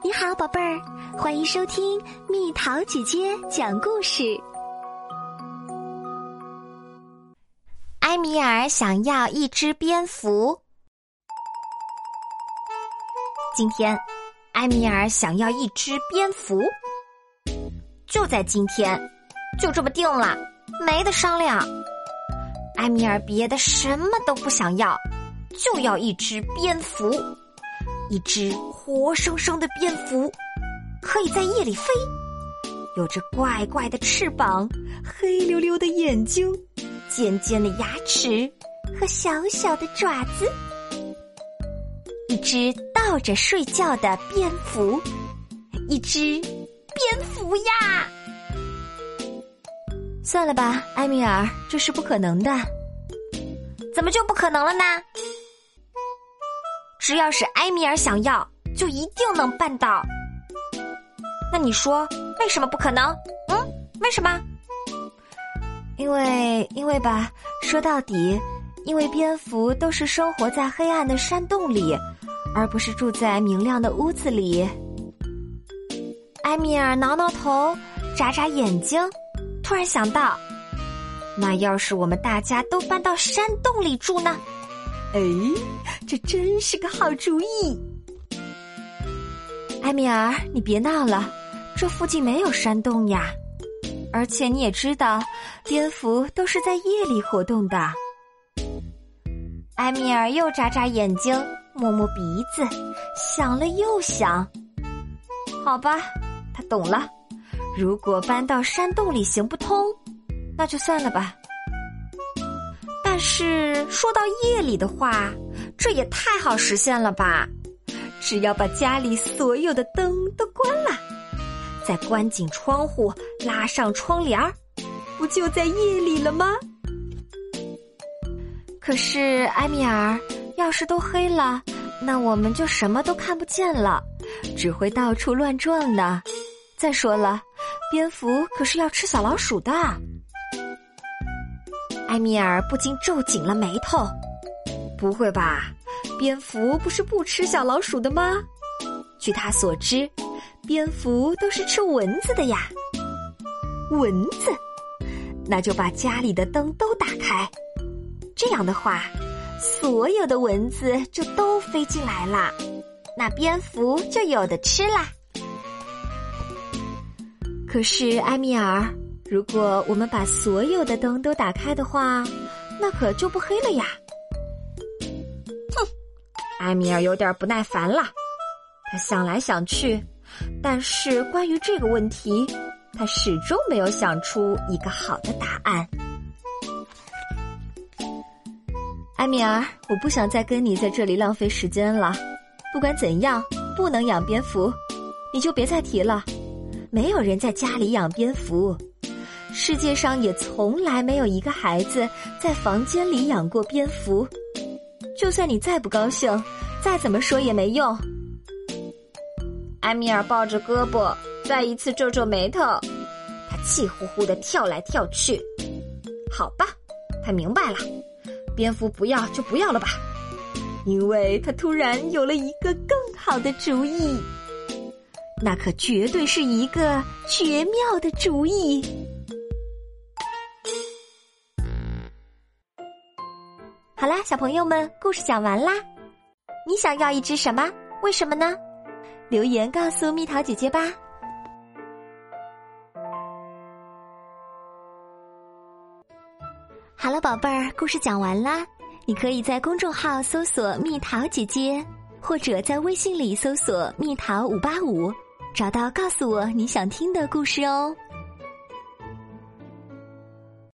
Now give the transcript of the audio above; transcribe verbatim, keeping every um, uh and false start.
你好，宝贝儿，欢迎收听蜜桃姐姐讲故事。 埃米尔想要一只蝙蝠。今天，埃米尔想要一只蝙蝠。就在今天，就这么定了，没得商量。埃米尔别的什么都不想要，就要一只蝙蝠。一只活生生的蝙蝠，可以在夜里飞，有着怪怪的翅膀，黑溜溜的眼睛，尖尖的牙齿和小小的爪子。一只倒着睡觉的蝙蝠，一只蝙蝠呀！算了吧，埃米尔，这是不可能的。怎么就不可能了呢？只要是埃米尔想要，就一定能办到。那你说为什么不可能？嗯，为什么？因为因为吧，说到底，因为蝙蝠都是生活在黑暗的山洞里，而不是住在明亮的屋子里。埃米尔挠挠头，眨眨眼睛，突然想到，那要是我们大家都搬到山洞里住呢？哎，这真是个好主意。埃米尔，你别闹了，这附近没有山洞呀。而且你也知道，蝙蝠都是在夜里活动的。埃米尔又眨眨眼睛，摸摸鼻子，想了又想。好吧，他懂了。如果搬到山洞里行不通，那就算了吧。但是说到夜里的话，这也太好实现了吧。只要把家里所有的灯都关了，再关紧窗户，拉上窗帘儿，不就在夜里了吗？可是埃米尔，要是都黑了，那我们就什么都看不见了，只会到处乱撞呢。再说了，蝙蝠可是要吃小老鼠的。埃米尔不禁皱紧了眉头。不会吧，蝙蝠不是不吃小老鼠的吗？据他所知，蝙蝠都是吃蚊子的呀。蚊子？那就把家里的灯都打开，这样的话，所有的蚊子就都飞进来了，那蝙蝠就有的吃啦。可是埃米尔，如果我们把所有的灯都打开的话，那可就不黑了呀。哼，埃米尔有点不耐烦了。他想来想去，但是关于这个问题，他始终没有想出一个好的答案。埃米尔，我不想再跟你在这里浪费时间了。不管怎样，不能养蝙蝠，你就别再提了。没有人在家里养蝙蝠，世界上也从来没有一个孩子在房间里养过蝙蝠。就算你再不高兴，再怎么说也没用。埃米尔抱着胳膊，再一次皱皱眉头，他气呼呼地跳来跳去。好吧，他明白了，蝙蝠不要就不要了吧，因为他突然有了一个更好的主意。那可绝对是一个绝妙的主意。好啦，小朋友们，故事讲完啦。你想要一只什么？为什么呢？留言告诉蜜桃姐姐吧。 好了，宝贝儿，故事讲完啦。你可以在公众号搜索蜜桃姐姐，或者在微信里搜索蜜桃五八五，找到告诉我你想听的故事哦。